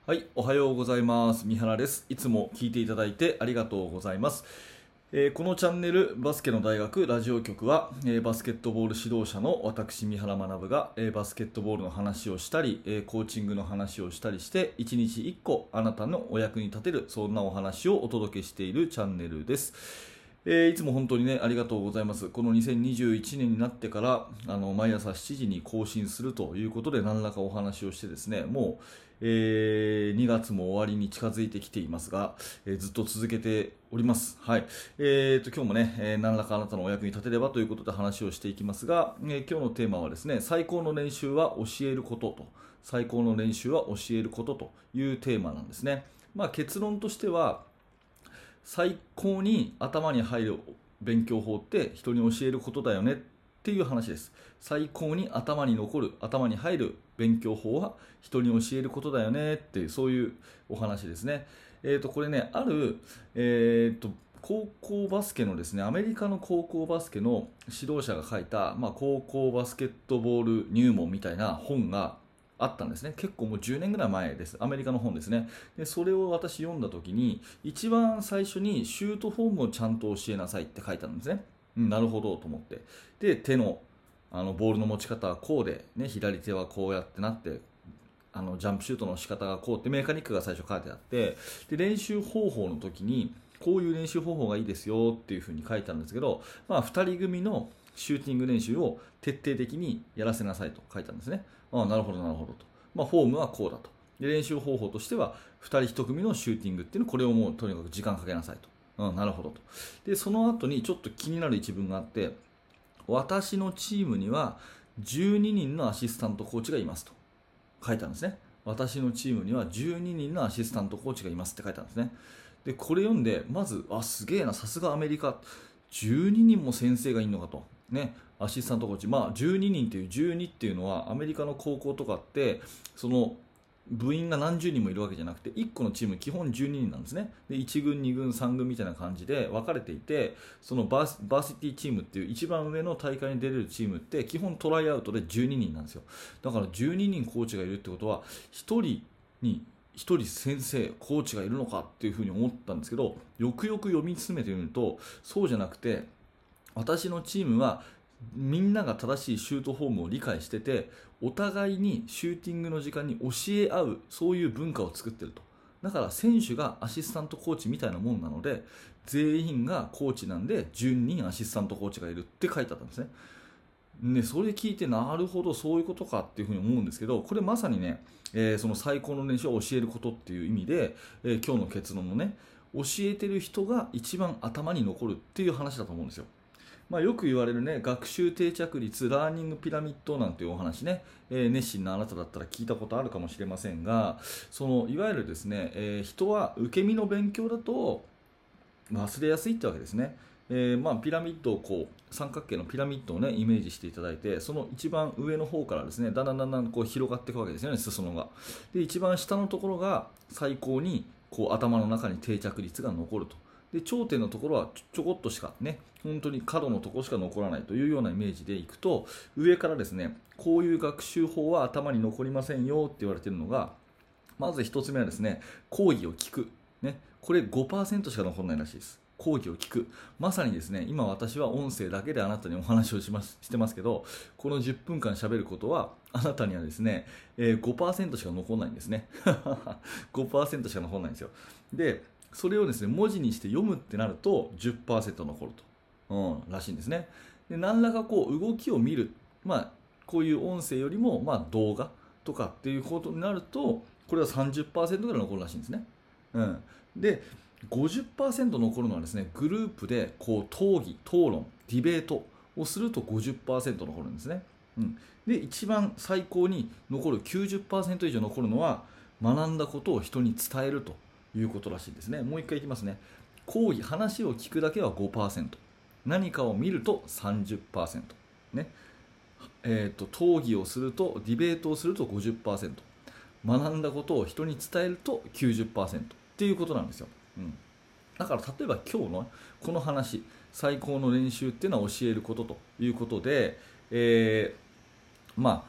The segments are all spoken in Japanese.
はい、おはようございます。三原です。いつも聞いていただいてありがとうございます。このチャンネルバスケの大学ラジオ局は、バスケットボール指導者の私三原学が、バスケットボールの話をしたり、コーチングの話をしたりして1日1個あなたのお役に立てるそんなお話をお届けしているチャンネルです。いつも本当にねありがとうございます。この2021年になってから毎朝7時に更新するということで何らかお話をしてですね、もう、2月も終わりに近づいてきていますが、ずっと続けております。はい。今日もね、何らかあなたのお役に立てればということで話をしていきますが、今日のテーマはですね、最高の練習は教えることと、最高の練習は教えることというテーマなんですね。結論としては、最高に頭に入る勉強法って人に教えることだよねっていう話です。最高に頭に残る、頭に入る勉強法は人に教えることだよねっていう、そういうお話ですね。これね、ある、高校バスケのですね、アメリカの高校バスケの指導者が書いた、高校バスケットボール入門みたいな本があったんですね。結構もう10年ぐらい前です。アメリカの本ですね。で、それを私読んだ時に、一番最初にシュートフォームをちゃんと教えなさいって書いてあるんですね。なるほどと思って。で、手の、ボールの持ち方はこうで、ね、左手はこうやってなって、ジャンプシュートの仕方がこうってメカニックが最初書いてあって、で、練習方法の時に、こういう練習方法がいいですよっていうふうに書いてあるんですけど、2人組のシューティング練習を徹底的にやらせなさいと書いてあるんですね。なるほどなるほどと。フォームはこうだと。で、練習方法としては2人1組のシューティングっていうの、これをもうとにかく時間かけなさいと。なるほどと。で、その後にちょっと気になる一文があって、私のチームには12人のアシスタントコーチがいますと書いてあるんですね。私のチームには12人のアシスタントコーチがいますって書いてあるんですね。で、これ読んで、まず、すげえな、さすがアメリカ。12人も先生がいるのかと。ね、アシスタントコーチ。12人っていう12っていうのは、アメリカの高校とかって、その、部員が何十人もいるわけじゃなくて1個のチーム基本12人なんですね。で1軍2軍3軍みたいな感じで分かれていて、そのバーシティチームっていう一番上の大会に出れるチームって基本トライアウトで12人なんですよ。だから12人コーチがいるってことは1人に1人先生コーチがいるのかっていうふうに思ったんですけど、よくよく読み進めてみるとそうじゃなくて、私のチームはみんなが正しいシュートフォームを理解してて、お互いにシューティングの時間に教え合う、そういう文化を作っていると。だから選手がアシスタントコーチみたいなもんなので、全員がコーチなんで12人アシスタントコーチがいるって書いてあったんですね。それ聞いてなるほどそういうことかっていうふうに思うんですけど、これまさにね、その最高の練習を教えることっていう意味で、今日の結論のね、教えてる人が一番頭に残るっていう話だと思うんですよ。よく言われるね、学習定着率、ラーニングピラミッドなんていうお話ね、熱心なあなただったら聞いたことあるかもしれませんが、そのいわゆるですね、人は受け身の勉強だと忘れやすいってわけですね。ピラミッドを三角形のピラミッドをねイメージしていただいて、その一番上の方からですねだんだん広がっていくわけですよね、裾野が。で一番下のところが最高に頭の中に定着率が残ると。で頂点のところはちょこっとしかね、本当に角のところしか残らないというようなイメージでいくと、上からですねこういう学習法は頭に残りませんよって言われているのが、まず一つ目はですね、講義を聞く、ね、これ 5% しか残らないらしいです。講義を聞く。まさにですね、今私は音声だけであなたにお話をしてますけど、この10分間喋ることはあなたにはですね、5% しか残らないんですね。5% しか残らないんですよ。で、それをですね、文字にして読むってなると 10% 残ると、らしいんですね。で、何らか動きを見る、こういう音声よりも動画とかっていうことになると、これは 30% ぐらい残るらしいんですね。で、50% 残るのはですね、グループで討議、討論、ディベートをすると 50% 残るんですね。で、一番最高に残る 90% 以上残るのは、学んだことを人に伝えるということらしいですね。もう一回いきますね。講義、話を聞くだけは 5%。何かを見ると 30%。ね。討議をすると、ディベートをすると 50%。学んだことを人に伝えると 90% っていうことなんですよ。だから例えば今日のこの話、最高の練習っていうのは教えることということで、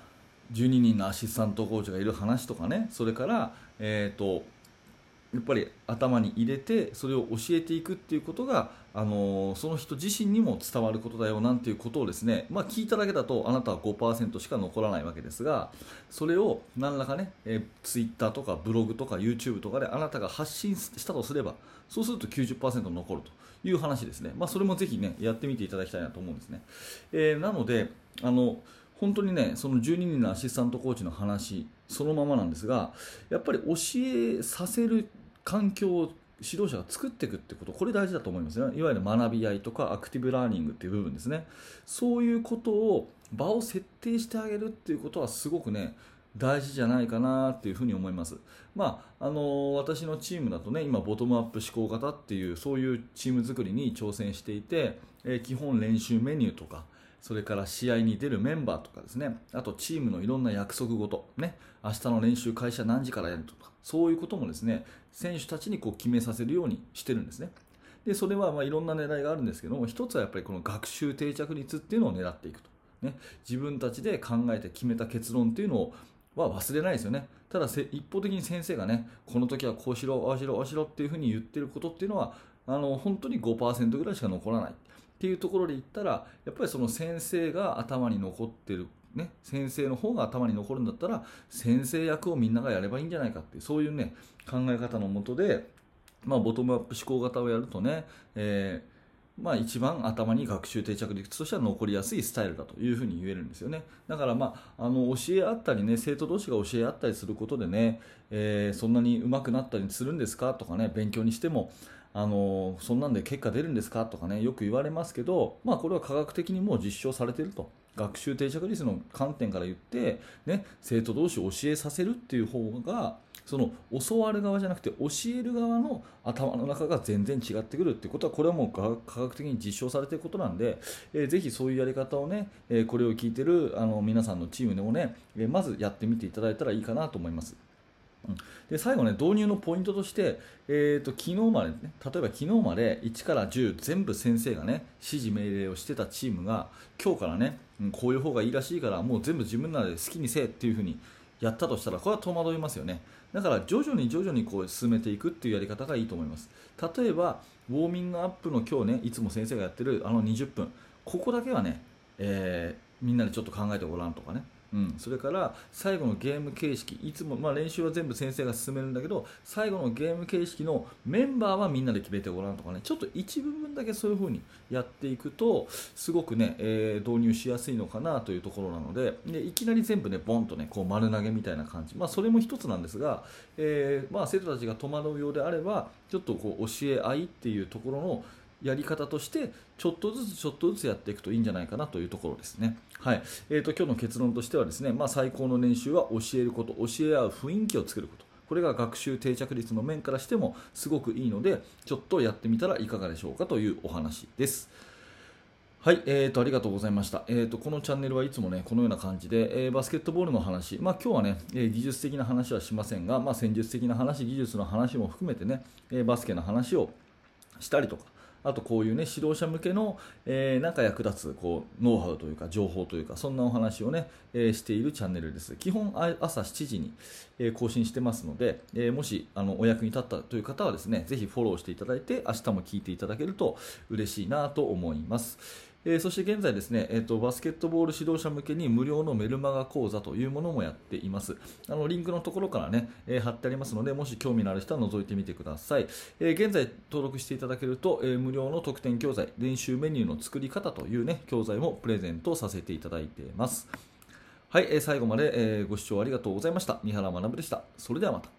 12人のアシスタントコーチがいる話とかね、それから、やっぱり頭に入れてそれを教えていくっていうことが、その人自身にも伝わることだよなんていうことをですね、聞いただけだとあなたは 5% しか残らないわけですが、それを何らかね、Twitter とかブログとか YouTube とかであなたが発信したとすれば、そうすると 90% 残るという話ですね。それもぜひねやってみていただきたいなと思うんですね。なので本当にね、その12人のアシスタントコーチの話そのままなんですが、やっぱり教えさせる環境を指導者が作っていくってこと、これ大事だと思いますね。いわゆる学び合いとかアクティブラーニングっていう部分ですね。そういうことを場を設定してあげるっていうことはすごくね大事じゃないかなっていうふうに思います。私のチームだとね、今ボトムアップ思考型っていうそういうチーム作りに挑戦していて、基本練習メニューとか、それから試合に出るメンバーとかですね、あとチームのいろんな約束事、ね、明日の練習開始は何時からやるとか、そういうこともですね、選手たちに決めさせるようにしてるんですね。でそれはいろんな狙いがあるんですけども、一つはやっぱりこの学習定着率っていうのを狙っていくと、ね、自分たちで考えて決めた結論っていうのは忘れないですよね。ただ一方的に先生がね、この時はこうしろああしろああしろっていうふうに言ってることっていうのは本当に 5% ぐらいしか残らないっていうところで言ったら、やっぱりその先生が頭に残ってる、ね、先生の方が頭に残るんだったら先生役をみんながやればいいんじゃないかっていう、そういうね考え方のもとで、ボトムアップ思考型をやるとね、一番頭に学習定着率としては残りやすいスタイルだというふうに言えるんですよね。だから教え合ったりね、生徒同士が教え合ったりすることでね、そんなに上手くなったりするんですかとかね、勉強にしてもそんなんで結果出るんですかとかね、よく言われますけど、これは科学的にもう実証されていると。学習定着率の観点から言って、ね、生徒同士を教えさせるっていう方が、その教わる側じゃなくて教える側の頭の中が全然違ってくるっていうことは、これはもう科学的に実証されていることなんで、ぜひそういうやり方をね、これを聞いている皆さんのチームでもね、まずやってみていただいたらいいかなと思います。で最後ね、導入のポイントとして、昨日までね、例えば昨日まで1から10全部先生がね指示命令をしてたチームが、今日からね、こういう方がいいらしいからもう全部自分らで好きにせえっていう風にやったとしたら、これは戸惑いますよね。だから徐々に進めていくっていうやり方がいいと思います。例えばウォーミングアップの今日ね、いつも先生がやってる20分、ここだけはね、みんなでちょっと考えてごらんとかね、それから最後のゲーム形式、いつも、練習は全部先生が進めるんだけど、最後のゲーム形式のメンバーはみんなで決めてごらんとかね、ちょっと一部分だけそういう風にやっていくとすごくね、導入しやすいのかなというところなので、いきなり全部ねボンとね丸投げみたいな感じ、それも一つなんですが、生徒たちが戸惑うようであれば、ちょっと教え合いっていうところのやり方としてちょっとずつやっていくといいんじゃないかなというところですね。はい。今日の結論としてはですね、最高の練習は教えること、教え合う雰囲気を作ること、これが学習定着率の面からしてもすごくいいので、ちょっとやってみたらいかがでしょうかというお話です。はい、ありがとうございました。このチャンネルはいつもねこのような感じで、バスケットボールの話、今日はね、技術的な話はしませんが、戦術的な話、技術の話も含めてね、バスケの話をしたりとか、あとこういうね指導者向けの、なんか役立つノウハウというか情報というか、そんなお話をね、しているチャンネルです。基本朝7時に、更新してますので、もしお役に立ったという方はですね、ぜひフォローしていただいて明日も聞いていただけると嬉しいなと思います。そして現在ですね、バスケットボール指導者向けに無料のメルマガ講座というものもやっています。リンクのところからね、貼ってありますので、もし興味のある人は覗いてみてください。現在登録していただけると、無料の特典教材、練習メニューの作り方というね教材もプレゼントさせていただいています。はい、最後まで、ご視聴ありがとうございました。三原学でした。それではまた。